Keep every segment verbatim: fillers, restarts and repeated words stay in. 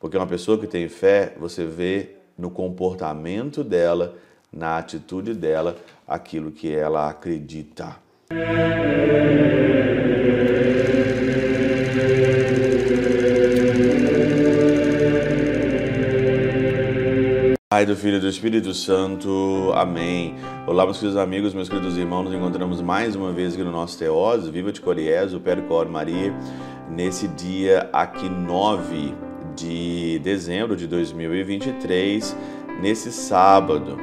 Porque uma pessoa que tem fé, você vê no comportamento dela, na atitude dela, aquilo que ela acredita. Pai, do Filho e do Espírito Santo. Amém. Olá, meus queridos amigos, meus queridos irmãos, nos encontramos mais uma vez aqui no nosso Teós, Viva de Coriés, o Percor Maria, nesse dia aqui nove de dezembro de dois mil e vinte e três, nesse sábado.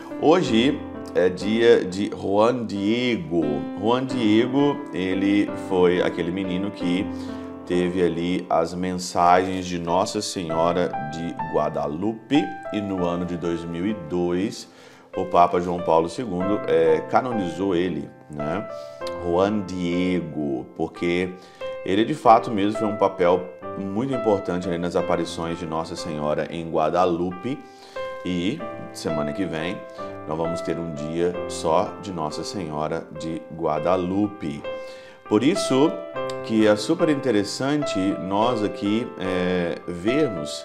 Hoje é dia de Juan Diego. Juan Diego, ele foi aquele menino que teve ali as mensagens de Nossa Senhora de Guadalupe, e no ano de dois mil e dois o Papa João Paulo segundo é, canonizou ele, né? Juan Diego, porque ele de fato mesmo foi um papel muito importante ali nas aparições de Nossa Senhora em Guadalupe, e semana que vem nós vamos ter um dia só de Nossa Senhora de Guadalupe. Por isso que é super interessante nós aqui é, vermos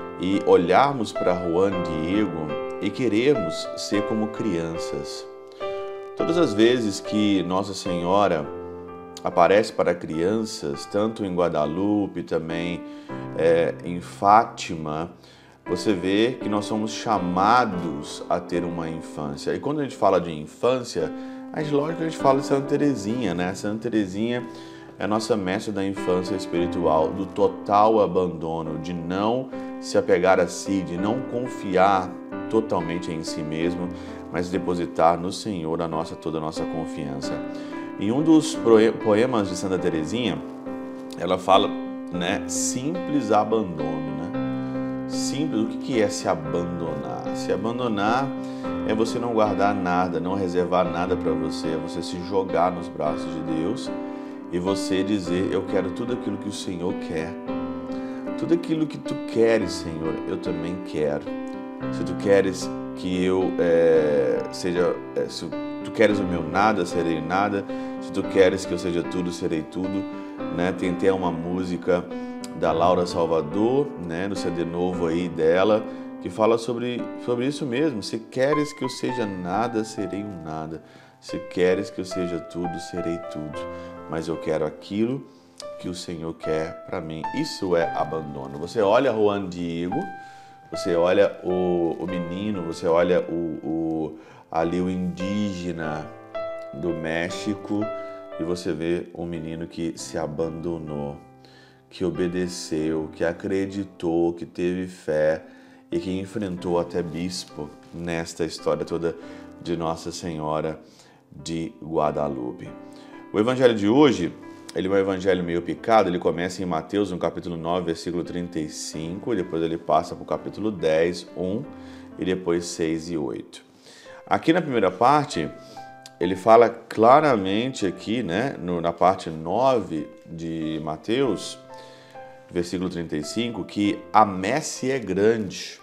e olharmos para Juan Diego e querermos ser como crianças. Todas as vezes que Nossa Senhora aparece para crianças, tanto em Guadalupe, também é, em Fátima, você vê que nós somos chamados a ter uma infância. E quando a gente fala de infância, mas lógico que a gente fala de Santa Teresinha, né? Santa Teresinha é a nossa mestra da infância espiritual, do total abandono, de não se apegar a si, de não confiar totalmente em si mesmo, mas depositar no Senhor a nossa, toda a nossa confiança. Em um dos poemas de Santa Teresinha, ela fala, né, simples abandono, né? Simples, o que é se abandonar? Se abandonar é você não guardar nada, não reservar nada para você, é você se jogar nos braços de Deus e você dizer, eu quero tudo aquilo que o Senhor quer. Tudo aquilo que tu queres, Senhor, eu também quero. Se tu queres que eu é, seja, é, se tu queres o meu nada, serei nada. Se tu queres que eu seja tudo, serei tudo. Né? Tem até uma música da Laura Salvador, né, no C D novo aí dela, que fala sobre, sobre isso mesmo. Se queres que eu seja nada, serei um nada. Se queres que eu seja tudo, serei tudo. Mas eu quero aquilo que o Senhor quer para mim. Isso é abandono. Você olha Juan Diego, você olha o, o menino, você olha o, o, ali o indígena do México e você vê um menino que se abandonou, que obedeceu, que acreditou, que teve fé e que enfrentou até bispo nesta história toda de Nossa Senhora de Guadalupe. O evangelho de hoje, ele é um evangelho meio picado, ele começa em Mateus, no capítulo nove, versículo trinta e cinco, e depois ele passa para o capítulo dez, um, e depois seis e oito. Aqui na primeira parte, ele fala claramente aqui, né, no, na parte nove de Mateus, versículo trinta e cinco, que a messe é grande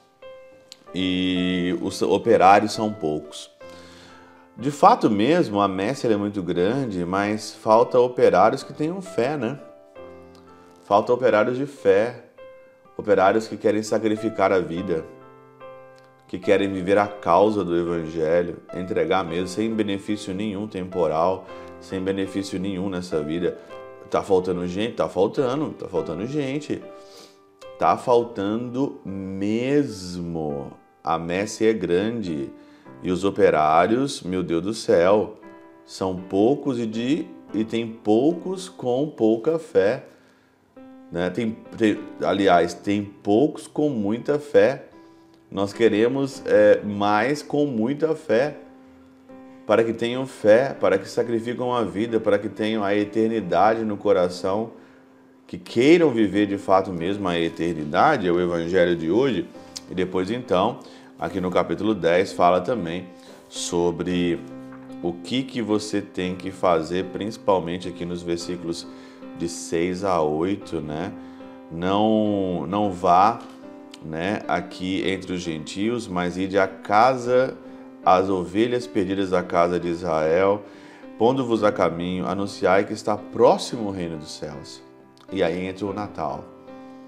e os operários são poucos. De fato mesmo, a messe é muito grande, mas falta operários que tenham fé, né? Falta operários de fé, operários que querem sacrificar a vida, que querem viver a causa do Evangelho, entregar mesmo, sem benefício nenhum temporal, sem benefício nenhum nessa vida. Tá faltando gente? Tá faltando, tá faltando gente. Tá faltando mesmo. A messe é grande. E os operários, meu Deus do céu, são poucos e, de, e tem poucos com pouca fé. Né? Tem, tem, aliás, tem poucos com muita fé. Nós queremos é, mais com muita fé, para que tenham fé, para que sacrificam a vida, para que tenham a eternidade no coração, que queiram viver de fato mesmo a eternidade, é o evangelho de hoje. E depois então, aqui no capítulo dez, fala também sobre o que, que você tem que fazer, principalmente aqui nos versículos de seis a oito, né? Não, não vá, né, aqui entre os gentios, mas ide à casa, as ovelhas perdidas da casa de Israel, pondo-vos a caminho, anunciai que está próximo o reino dos céus. E aí entra o Natal.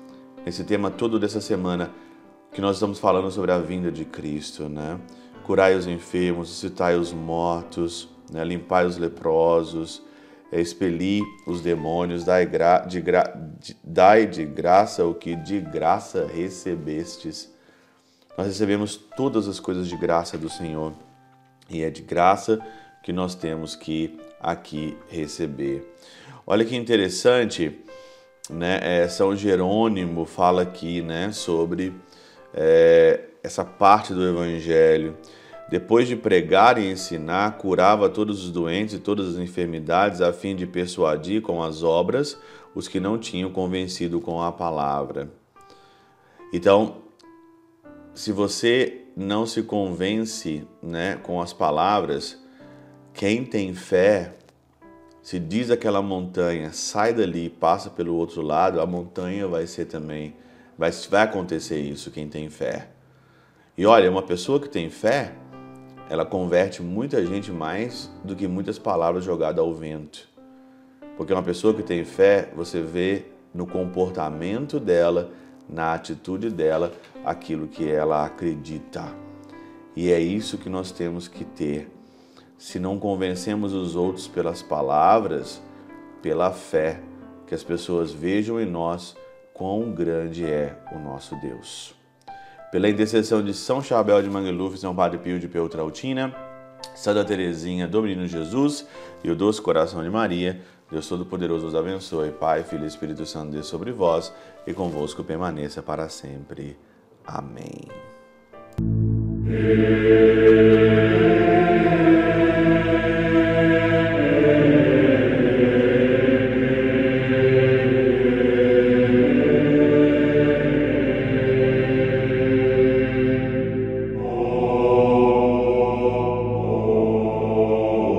esse tema todo dessa semana, que nós estamos falando sobre a vinda de Cristo, né? Curai os enfermos, ressuscitai os mortos, né? Limpai os leprosos, expeli os demônios, dai, gra... de gra... dai de graça o que de graça recebestes. Nós recebemos todas as coisas de graça do Senhor e é de graça que nós temos que aqui receber. Olha que interessante, né? É, São Jerônimo fala aqui, né, sobre é, essa parte do Evangelho. Depois de pregar e ensinar, curava todos os doentes e todas as enfermidades, a fim de persuadir com as obras os que não tinham convencido com a palavra. Então, se você não se convence, né, com as palavras, quem tem fé, se diz aquela montanha, sai dali, passa pelo outro lado, a montanha vai ser também, vai, vai acontecer isso, quem tem fé. E olha, uma pessoa que tem fé, ela converte muita gente mais do que muitas palavras jogadas ao vento. Porque uma pessoa que tem fé, você vê no comportamento dela, na atitude dela, aquilo que ela acredita. E é isso que nós temos que ter. Se não convencemos os outros pelas palavras, pela fé, que as pessoas vejam em nós quão grande é o nosso Deus. Pela intercessão de São Chabel de Mangluf, São Padre Pio de Peltrautina, Santa Teresinha do Menino Jesus e o Doce Coração de Maria, Deus Todo-Poderoso os abençoe. Pai, Filho e Espírito Santo, Deus sobre vós e convosco permaneça para sempre. Amém.